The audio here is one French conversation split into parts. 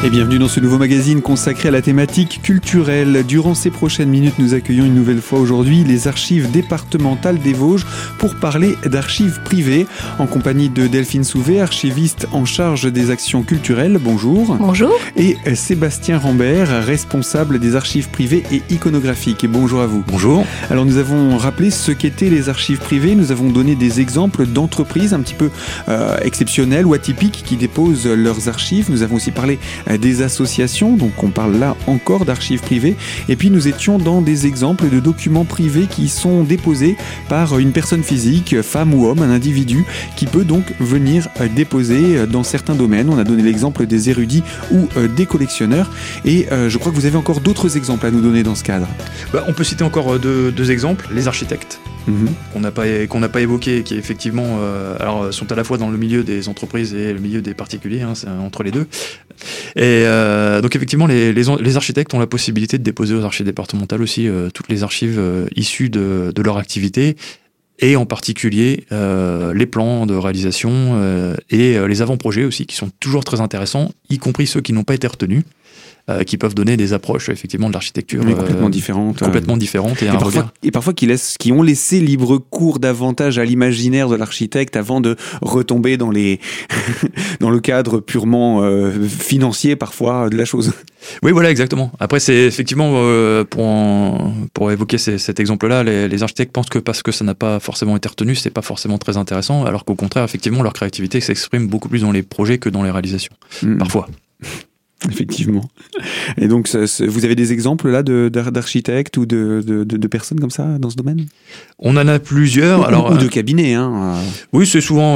Et bienvenue dans ce nouveau magazine consacré à la thématique culturelle. Durant ces prochaines minutes, nous accueillons une nouvelle fois aujourd'hui les archives départementales des Vosges pour parler d'archives privées en compagnie de Delphine Souvet, archiviste en charge des actions culturelles. Bonjour. Bonjour. Et Sébastien Rambert, responsable des archives privées et iconographiques. Et bonjour à vous. Bonjour. Alors nous avons rappelé ce qu'étaient les archives privées. Nous avons donné des exemples d'entreprises un petit peu exceptionnelles ou atypiques qui déposent leurs archives. Nous avons aussi parlé des associations, donc on parle là encore d'archives privées. Et puis nous étions dans des exemples de documents privés qui sont déposés par une personne physique, femme ou homme, un individu qui peut donc venir déposer dans certains domaines. On a donné l'exemple des érudits ou des collectionneurs. Et je crois que vous avez encore d'autres exemples à nous donner dans ce cadre. On peut citer encore deux exemples. Les architectes. Qu'on n'a pas évoqué, qui effectivement sont à la fois dans le milieu des entreprises et le milieu des particuliers, c'est entre les deux. Et donc effectivement les architectes ont la possibilité de déposer aux archives départementales aussi toutes les archives issues de leur activité, et en particulier les plans de réalisation et les avant-projets aussi, qui sont toujours très intéressants, y compris ceux qui n'ont pas été retenus. Qui peuvent donner des approches effectivement de l'architecture complètement différentes et parfois qui ont laissé libre cours davantage à l'imaginaire de l'architecte avant de retomber dans le cadre purement financier parfois de la chose. Oui, voilà, exactement. Après, c'est effectivement pour évoquer cet exemple-là, les architectes pensent que parce que ça n'a pas forcément été retenu, c'est pas forcément très intéressant, alors qu'au contraire, effectivement, leur créativité s'exprime beaucoup plus dans les projets que dans les réalisations, parfois. Effectivement. Et donc, vous avez des exemples là d'architectes ou de personnes comme ça dans ce domaine ? On en a plusieurs. Ou de cabinets, hein. Oui, c'est souvent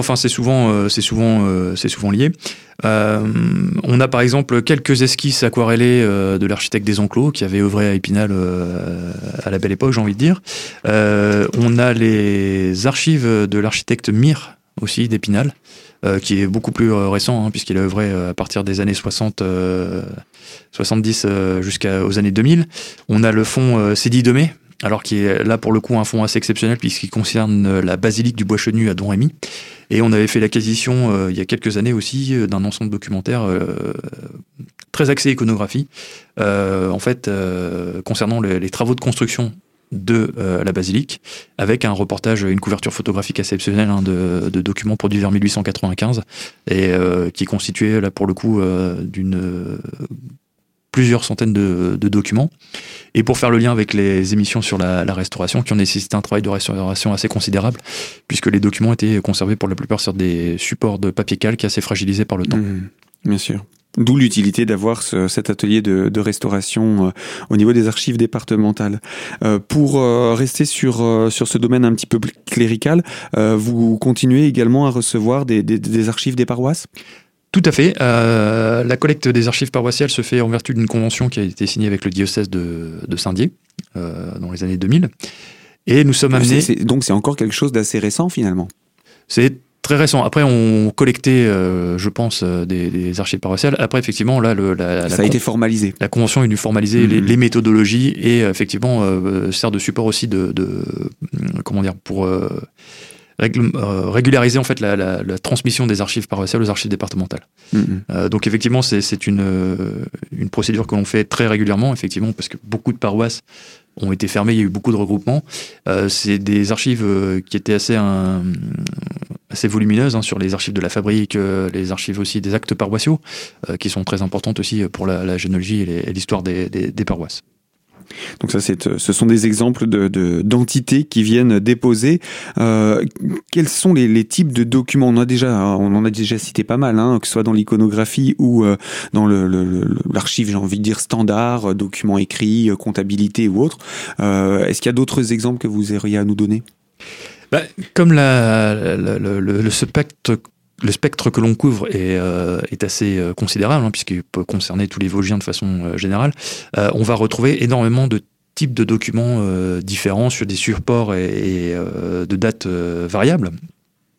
lié. On a par exemple quelques esquisses aquarellées de l'architecte des Enclos qui avait œuvré à Épinal à la belle époque, j'ai envie de dire. On a les archives de l'architecte Mir aussi d'Épinal. Qui est beaucoup plus récent, puisqu'il a œuvré à partir des années 70 jusqu'aux années 2000. On a le fonds Cédille Demey, alors qui est là pour le coup un fonds assez exceptionnel puisqu'il concerne la basilique du Bois-Chenu à Domrémy. Et on avait fait l'acquisition il y a quelques années aussi d'un ensemble documentaire très axé iconographie, concernant les travaux de construction de la basilique, avec un reportage, une couverture photographique exceptionnelle de documents produits vers 1895 et qui constituait là pour le coup plusieurs centaines de documents. Et pour faire le lien avec les émissions sur la restauration, qui ont nécessité un travail de restauration assez considérable, puisque les documents étaient conservés pour la plupart sur des supports de papier calque assez fragilisés par le temps. Bien sûr. D'où l'utilité d'avoir cet atelier de restauration au niveau des archives départementales. Pour rester sur ce domaine un petit peu clérical, vous continuez également à recevoir des archives des paroisses ? Tout à fait. La collecte des archives paroissiales se fait en vertu d'une convention qui a été signée avec le diocèse de Saint-Dié dans les années 2000. Et nous sommes amenés... Donc c'est encore quelque chose d'assez récent finalement ? C'est très récent. Après, on collectait, je pense, des archives paroissiales. Après, effectivement, là, ça a été formalisé. La convention est venue formaliser les méthodologies et effectivement sert de support aussi pour régulariser en fait la transmission des archives paroissiales aux archives départementales. Donc effectivement, c'est une procédure que l'on fait très régulièrement, effectivement, parce que beaucoup de paroisses ont été fermées, il y a eu beaucoup de regroupements. C'est des archives qui étaient assez volumineuses sur les archives de la fabrique, les archives aussi des actes paroissiaux, qui sont très importantes aussi pour la généalogie et l'histoire des paroisses. Donc ça, ce sont des exemples d'entités qui viennent déposer. Quels sont les types de documents ? On en a déjà cité pas mal, que ce soit dans l'iconographie ou dans l'archive, j'ai envie de dire standard, documents écrits, comptabilité ou autre. Est-ce qu'il y a d'autres exemples que vous auriez à nous donner ? Comme le spectre que l'on couvre est assez considérable, puisqu'il peut concerner tous les Vosgiens de façon générale, on va retrouver énormément de types de documents différents sur des supports et de dates variables.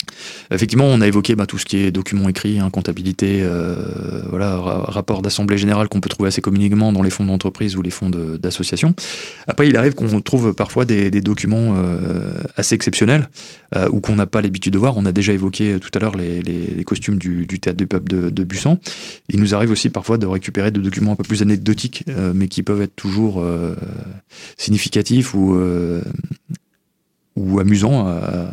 Effectivement, on a évoqué tout ce qui est documents écrits, comptabilité, rapport d'assemblée générale qu'on peut trouver assez communément dans les fonds d'entreprise ou les fonds d'association. Après, il arrive qu'on trouve parfois des documents assez exceptionnels ou qu'on n'a pas l'habitude de voir. On a déjà évoqué tout à l'heure les costumes du Théâtre du Peuple de Busan. Il nous arrive aussi parfois de récupérer des documents un peu plus anecdotiques, mais qui peuvent être toujours significatifs ou amusants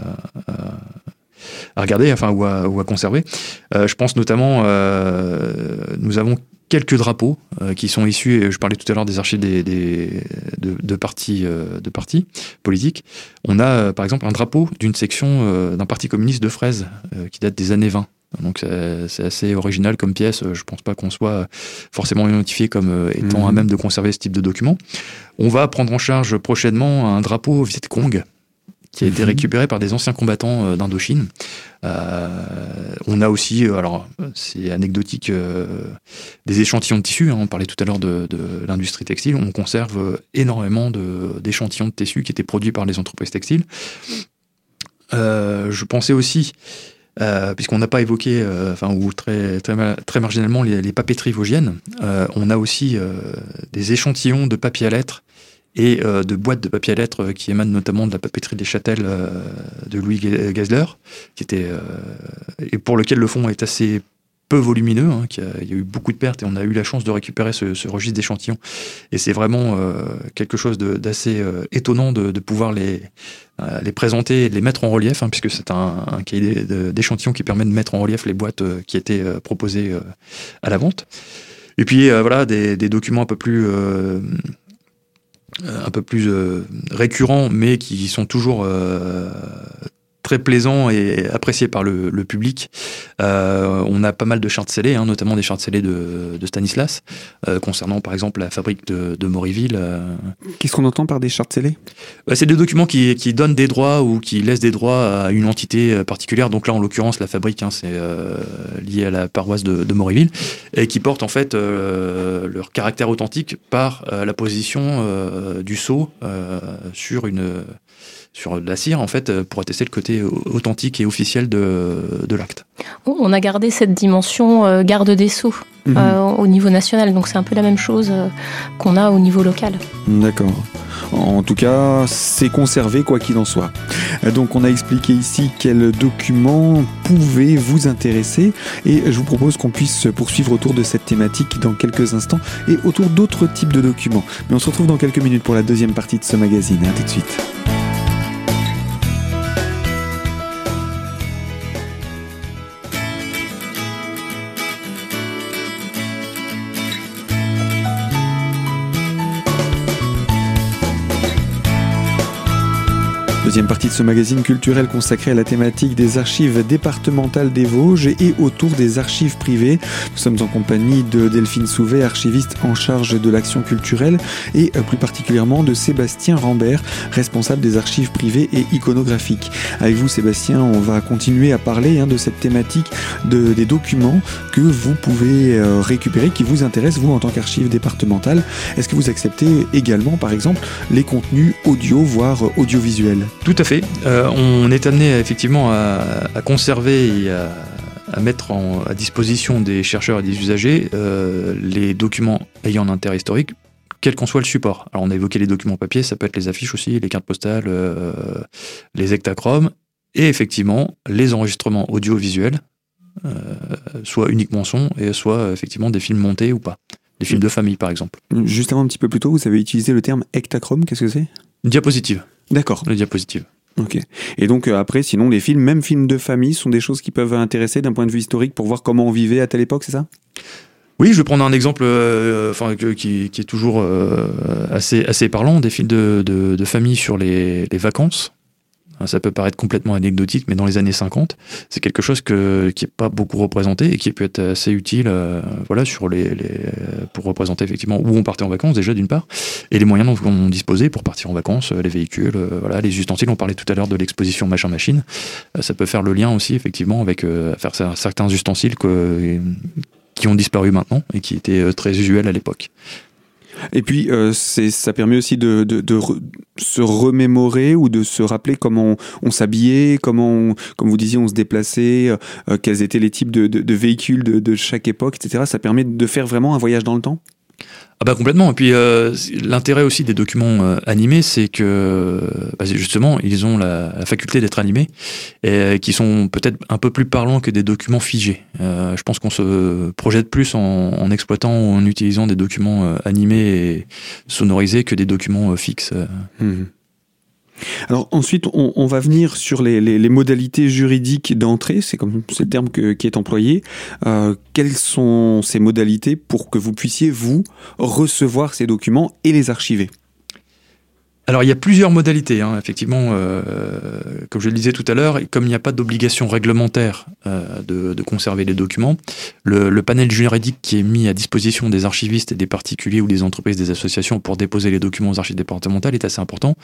à regarder, ou à conserver. Je pense notamment, nous avons quelques drapeaux qui sont issus, et je parlais tout à l'heure des archives de partis politiques. On a par exemple un drapeau d'une section d'un parti communiste de Fraise qui date des années 20. Donc c'est assez original comme pièce. Je pense pas qu'on soit forcément identifié comme étant à même de conserver ce type de document. On va prendre en charge prochainement un drapeau Viet Cong qui a été récupéré par des anciens combattants d'Indochine. On a aussi, alors c'est anecdotique, des échantillons de tissus. On parlait tout à l'heure de l'industrie textile. On conserve énormément d'échantillons de tissus qui étaient produits par les entreprises textiles. Je pensais aussi, puisqu'on n'a pas évoqué, ou très marginalement, les papeteries vosgiennes, on a aussi des échantillons de papier à lettres et de boîtes de papier à lettres qui émanent notamment de la papeterie des Châtels de Louis Gazler, qui était et pour lequel le fond est assez peu volumineux, il y a eu beaucoup de pertes et on a eu la chance de récupérer ce registre d'échantillons. Et c'est vraiment quelque chose d'assez étonnant de pouvoir les présenter et de les mettre en relief, puisque c'est un cahier d'échantillons qui permet de mettre en relief les boîtes qui étaient proposées à la vente. Et puis des documents un peu plus récurrents, mais qui sont toujours très plaisants et appréciés par le public. On a pas mal de chartes scellées, notamment des chartes scellées de Stanislas, concernant par exemple la fabrique de Mauryville. Qu'est-ce qu'on entend par des chartes scellées ? C'est des documents qui donnent des droits ou qui laissent des droits à une entité particulière. Donc là, en l'occurrence, la fabrique, c'est lié à la paroisse de Mauryville, et qui portent en fait leur caractère authentique par la position du sceau sur de la cire, en fait, pour attester le côté authentique et officiel de l'acte. On a gardé cette dimension garde des sceaux au niveau national, donc c'est un peu la même chose qu'on a au niveau local. D'accord. En tout cas, c'est conservé quoi qu'il en soit. Donc on a expliqué ici quels documents pouvaient vous intéresser, et je vous propose qu'on puisse poursuivre autour de cette thématique dans quelques instants et autour d'autres types de documents. Mais on se retrouve dans quelques minutes pour la deuxième partie de ce magazine. À tout de suite. Deuxième partie de ce magazine culturel consacré à la thématique des archives départementales des Vosges et autour des archives privées. Nous sommes en compagnie de Delphine Souvet, archiviste en charge de l'action culturelle, et plus particulièrement de Sébastien Rambert, responsable des archives privées et iconographiques. Avec vous, Sébastien, on va continuer à parler de cette thématique des documents que vous pouvez récupérer, qui vous intéressent, vous, en tant qu'archive départementale. Est-ce que vous acceptez également, par exemple, les contenus audio, voire audiovisuels ? Tout à fait. On est amené effectivement à conserver et à mettre à disposition des chercheurs et des usagers les documents ayant un intérêt historique, quel qu'en soit le support. Alors on a évoqué les documents papier, ça peut être les affiches aussi, les cartes postales, les hectachromes, et effectivement les enregistrements audiovisuels, soit uniquement son, et soit effectivement des films montés ou pas. Des films de famille par exemple. Juste avant, un petit peu plus tôt, vous avez utilisé le terme hectachrome, qu'est-ce que c'est ? Une diapositive. D'accord. Les diapositives. Ok. Et donc après, sinon, les films, même films de famille, sont des choses qui peuvent intéresser d'un point de vue historique pour voir comment on vivait à telle époque, c'est ça ? Oui, je vais prendre un exemple qui est toujours assez parlant, des films de famille sur les vacances. Ça peut paraître complètement anecdotique, mais dans les années 50, c'est quelque chose qui n'est pas beaucoup représenté et qui peut être assez utile pour représenter effectivement où on partait en vacances déjà d'une part, et les moyens dont on disposait pour partir en vacances, les véhicules, les ustensiles. On parlait tout à l'heure de l'exposition machin-machine. Ça peut faire le lien aussi effectivement avec certains ustensiles qui ont disparu maintenant et qui étaient très usuels à l'époque. Et puis, ça permet aussi se remémorer ou de se rappeler comment on s'habillait, comme vous disiez, on se déplaçait, quels étaient les types de véhicules de chaque époque, etc. Ça permet de faire vraiment un voyage dans le temps ? Ah bah complètement. Et puis l'intérêt aussi des documents animés, c'est que justement ils ont la faculté d'être animés et qui sont peut-être un peu plus parlants que des documents figés. Je pense qu'on se projette plus en exploitant ou en utilisant des documents animés et sonorisés que des documents fixes. Alors ensuite, on va venir sur les modalités juridiques d'entrée, c'est le terme qui est employé. Quelles sont ces modalités pour que vous puissiez, vous, recevoir ces documents et les archiver ? Alors il y a plusieurs modalités, effectivement, comme je le disais tout à l'heure, et comme il n'y a pas d'obligation réglementaire de conserver les documents, le panel juridique qui est mis à disposition des archivistes et des particuliers ou des entreprises, des associations pour déposer les documents aux archives départementales est assez important.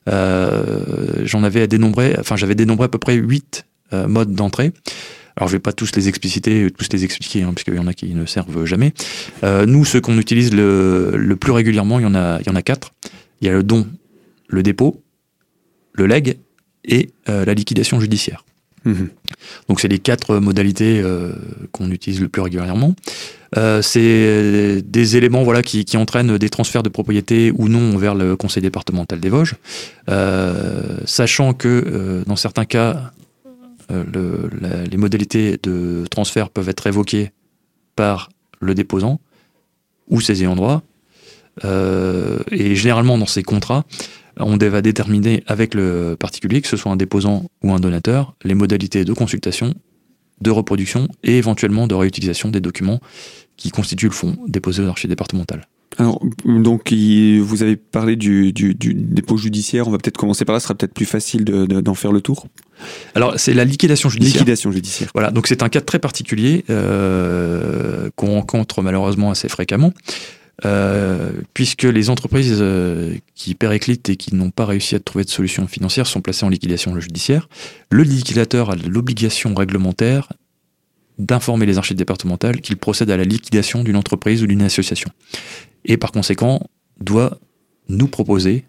J'avais dénombré à peu près 8 modes d'entrée. Alors je ne vais pas tous les expliciter, tous les expliquer, puisqu'il y en a qui ne servent jamais. Nous, ceux qu'on utilise le plus régulièrement, il y en a 4. Il y a le don, le dépôt, le legs et la liquidation judiciaire. Donc c'est les 4 modalités qu'on utilise le plus régulièrement. C'est des éléments qui entraînent des transferts de propriété ou non vers le conseil départemental des Vosges, sachant que dans certains cas, les modalités de transfert peuvent être évoquées par le déposant ou ses ayants droit. Et généralement dans ces contrats, on va déterminer avec le particulier, que ce soit un déposant ou un donateur, les modalités de consultation, de reproduction et éventuellement de réutilisation des documents qui constituent le fonds déposé aux archives départementales. Alors, donc, vous avez parlé du dépôt judiciaire, on va peut-être commencer par là, ce sera peut-être plus facile d'en faire le tour. Alors, c'est la liquidation judiciaire. Liquidation judiciaire. Voilà, donc c'est un cas très particulier qu'on rencontre malheureusement assez fréquemment. Puisque les entreprises qui périclitent et qui n'ont pas réussi à trouver de solution financière sont placées en liquidation judiciaire, le liquidateur a l'obligation réglementaire d'informer les archives départementales qu'il procède à la liquidation d'une entreprise ou d'une association. Et par conséquent, doit nous proposer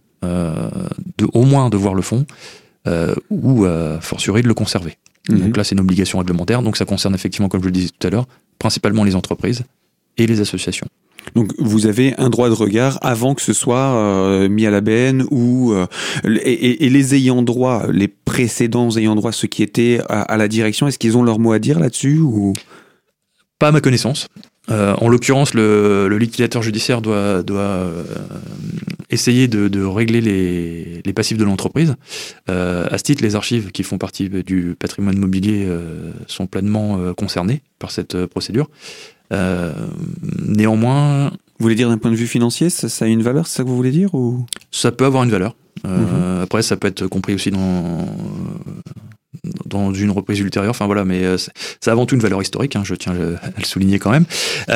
au moins de voir le fonds ou fortiori de le conserver. Donc là, c'est une obligation réglementaire, donc ça concerne effectivement, comme je le disais tout à l'heure, principalement les entreprises et les associations. Donc vous avez un droit de regard avant que ce soit mis à la benne et les ayants droit, les précédents ayants droit, ceux qui étaient à la direction, est-ce qu'ils ont leur mot à dire là-dessus ou... Pas à ma connaissance. En l'occurrence, le liquidateur judiciaire doit essayer de régler les passifs de l'entreprise. À ce titre, les archives qui font partie du patrimoine mobilier sont pleinement concernées par cette procédure. Néanmoins... Vous voulez dire d'un point de vue financier, ça a une valeur, c'est ça que vous voulez dire ou... Ça peut avoir une valeur. Après, ça peut être compris aussi dans une reprise ultérieure. Enfin voilà, mais c'est avant tout une valeur historique, je tiens à le souligner quand même.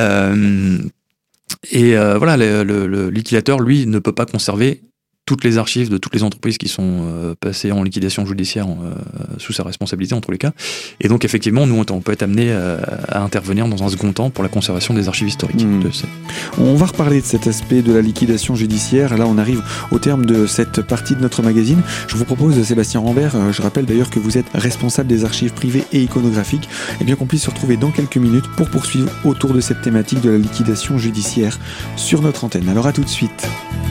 Voilà, le liquidateur, lui, ne peut pas conserver toutes les archives de toutes les entreprises qui sont passées en liquidation judiciaire sous sa responsabilité en tous les cas. Et donc effectivement, nous on peut être amené à intervenir dans un second temps pour la conservation des archives historiques. On va reparler de cet aspect de la liquidation judiciaire. Là, on arrive au terme de cette partie de notre magazine. Je vous propose, Sébastien Rambert, je rappelle d'ailleurs que vous êtes responsable des archives privées et iconographiques, et bien qu'on puisse se retrouver dans quelques minutes pour poursuivre autour de cette thématique de la liquidation judiciaire sur notre antenne. Alors à tout de suite.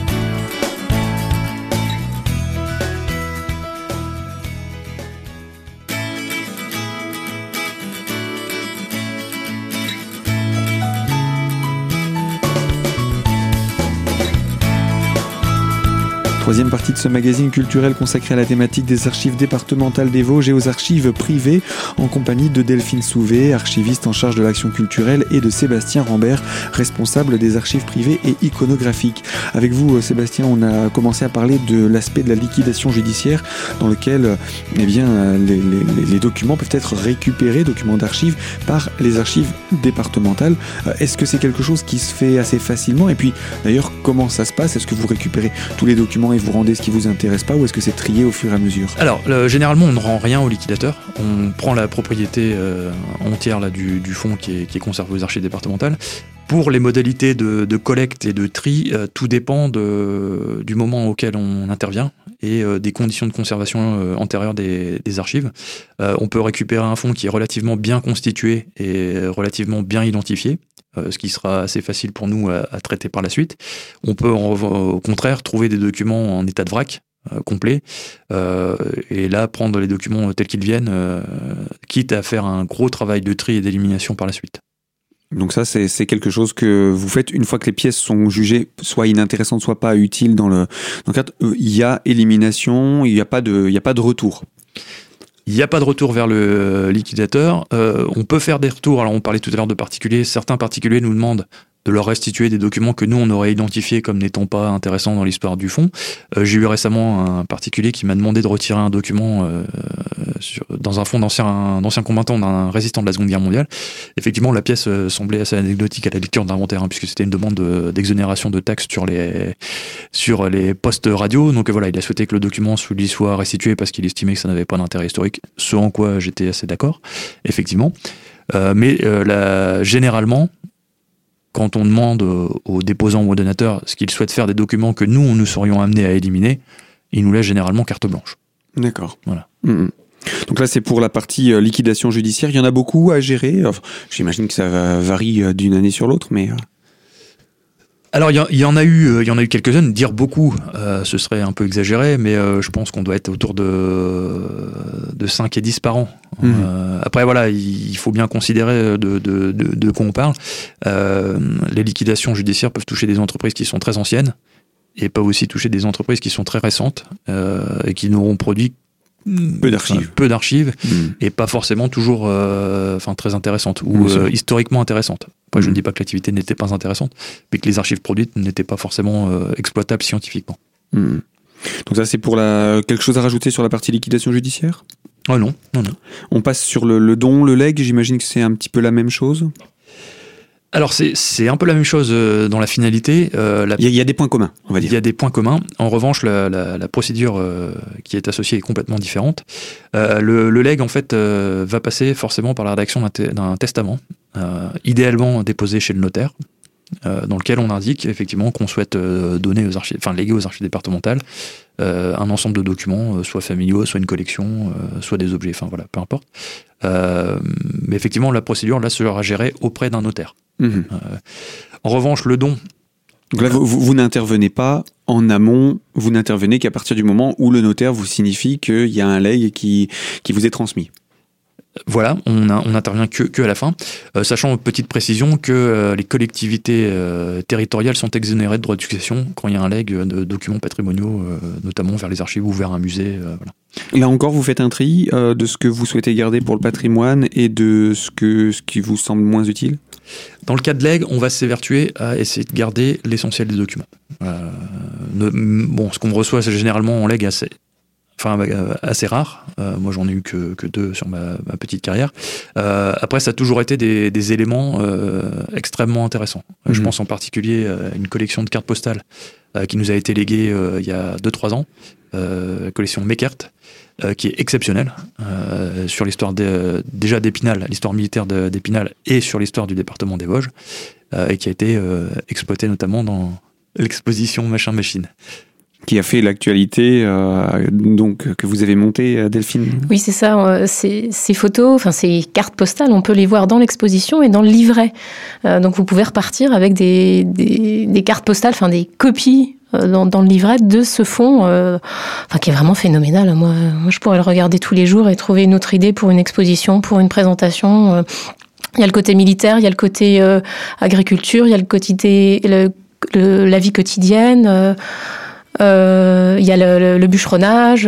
Troisième partie de ce magazine culturel consacré à la thématique des archives départementales des Vosges et aux archives privées, en compagnie de Delphine Souvé, archiviste en charge de l'action culturelle, et de Sébastien Rambert, responsable des archives privées et iconographiques. Avec vous, Sébastien, on a commencé à parler de l'aspect de la liquidation judiciaire, dans lequel les documents peuvent être récupérés, documents d'archives, par les archives départementales. Est-ce que c'est quelque chose qui se fait assez facilement ? Et puis, d'ailleurs, comment ça se passe ? Est-ce que vous récupérez tous les documents et vous rendez ce qui vous intéresse pas, ou est-ce que c'est trié au fur et à mesure ? Alors, généralement, on ne rend rien au liquidateur. On prend la propriété entière du fonds qui est conservé aux archives départementales. Pour les modalités de collecte et de tri, tout dépend du moment auquel on intervient et des conditions de conservation antérieures des archives. On peut récupérer un fonds qui est relativement bien constitué et relativement bien identifié, ce qui sera assez facile pour nous à traiter par la suite. On peut au contraire trouver des documents en état de vrac, complet, et là prendre les documents tels qu'ils viennent, quitte à faire un gros travail de tri et d'élimination par la suite. Donc ça, c'est quelque chose que vous faites une fois que les pièces sont jugées soit inintéressantes, soit pas utiles dans le cadre. Il y a élimination, il n'y a pas de retour. Il n'y a pas de retour vers le liquidateur. On peut faire des retours. Alors on parlait tout à l'heure de particuliers. Certains particuliers nous demandent de leur restituer des documents que nous on aurait identifiés comme n'étant pas intéressants dans l'histoire du fonds. J'ai eu récemment un particulier qui m'a demandé de retirer un document dans un fonds d'anciens combattants d'un résistant de la Seconde Guerre mondiale. Effectivement, la pièce semblait assez anecdotique à la lecture de l'inventaire, puisque c'était une demande d'exonération de taxes sur les postes radio. Donc voilà, il a souhaité que le document lui soit restitué parce qu'il estimait que ça n'avait pas d'intérêt historique, ce en quoi j'étais assez d'accord, effectivement. Mais généralement, quand on demande aux déposants ou aux donateurs ce qu'ils souhaitent faire des documents que nous serions amenés à éliminer, ils nous laissent généralement carte blanche. D'accord. Voilà. Donc là, c'est pour la partie liquidation judiciaire. Il y en a beaucoup à gérer. Enfin, j'imagine que ça varie d'une année sur l'autre, mais... Alors, il y en a eu quelques-unes. Dire beaucoup, ce serait un peu exagéré, mais je pense qu'on doit être autour de 5 et 10 par an. Après, voilà, il faut bien considérer de quoi on parle. Les liquidations judiciaires peuvent toucher des entreprises qui sont très anciennes et peuvent aussi toucher des entreprises qui sont très récentes et qui n'auront produit peu d'archives et pas forcément toujours très intéressantes ou historiquement intéressantes. Après, je ne dis pas que l'activité n'était pas intéressante, mais que les archives produites n'étaient pas forcément exploitables scientifiquement. Donc ça, c'est pour quelque chose à rajouter sur la partie liquidation judiciaire ? Ah non. On passe sur le don, le legs, j'imagine que c'est un petit peu la même chose ? Alors c'est un peu la même chose dans la finalité. Il y a des points communs, on va dire. Il y a des points communs. En revanche, la procédure qui est associée est complètement différente. Le legs, en fait, va passer forcément par la rédaction d'un testament, idéalement déposé chez le notaire, dans lequel on indique effectivement qu'on souhaite donner aux archives, léguer aux archives départementales un ensemble de documents, soit familiaux, soit une collection, soit des objets, peu importe. Mais effectivement, la procédure là sera gérée auprès d'un notaire. En revanche, le don... Donc là, vous n'intervenez pas en amont, vous n'intervenez qu'à partir du moment où le notaire vous signifie qu'il y a un legs qui vous est transmis. Voilà, on n'intervient que à la fin, sachant, petite précision, que les collectivités territoriales sont exonérées de droits de succession quand il y a un legs de documents patrimoniaux, notamment vers les archives ou vers un musée. Voilà. Là encore, vous faites un tri de ce que vous souhaitez garder pour le patrimoine et de ce qui vous semble moins utile ? Dans le cas de legs, on va s'évertuer à essayer de garder l'essentiel des documents. Ce qu'on reçoit, c'est généralement en legs assez rare. Moi, j'en ai eu que 2 sur ma petite carrière. Après, ça a toujours été des éléments extrêmement intéressants. Je pense en particulier à une collection de cartes postales qui nous a été léguée il y a 2-3 ans, collection Meckert, qui est exceptionnelle sur l'histoire déjà d'Épinal, l'histoire militaire d'Épinal et sur l'histoire du département des Vosges, et qui a été exploitée notamment dans l'exposition Machin Machine. Qui a fait l'actualité, que vous avez montée, Delphine. Oui, c'est ça. Ces photos, ces cartes postales, on peut les voir dans l'exposition et dans le livret. Donc vous pouvez repartir avec des cartes postales, des copies dans le livret de ce fonds, qui est vraiment phénoménal. Moi, je pourrais le regarder tous les jours et trouver une autre idée pour une exposition, pour une présentation. Il y a le côté militaire, il y a le côté agriculture, il y a le côté la vie quotidienne. Il y a le bûcheronnage,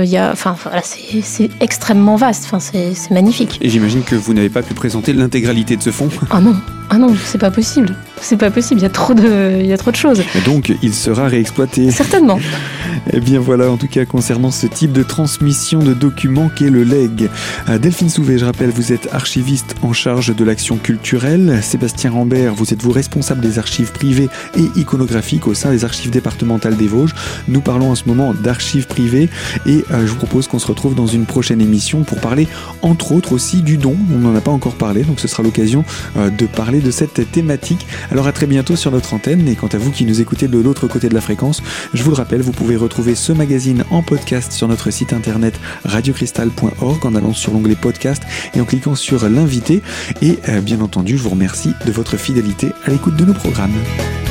c'est extrêmement vaste, c'est magnifique. Et j'imagine que vous n'avez pas pu présenter l'intégralité de ce fonds. Ah non, c'est pas possible. Il y a trop de choses. Et donc, il sera réexploité. Certainement. Eh bien voilà, en tout cas, concernant ce type de transmission de documents qu'est le legs. Delphine Souvet, je rappelle, vous êtes archiviste en charge de l'action culturelle. Sébastien Rambert, vous êtes responsable des archives privées et iconographiques au sein des archives départementales des Vosges. Nous parlons en ce moment d'archives privées et je vous propose qu'on se retrouve dans une prochaine émission pour parler, entre autres, aussi du don. On n'en a pas encore parlé, donc ce sera l'occasion de parler parler de cette thématique. Alors à très bientôt sur notre antenne, et quant à vous qui nous écoutez de l'autre côté de la fréquence, je vous le rappelle, vous pouvez retrouver ce magazine en podcast sur notre site internet radiocristal.org en allant sur l'onglet podcast et en cliquant sur l'invité. Et bien entendu, je vous remercie de votre fidélité à l'écoute de nos programmes.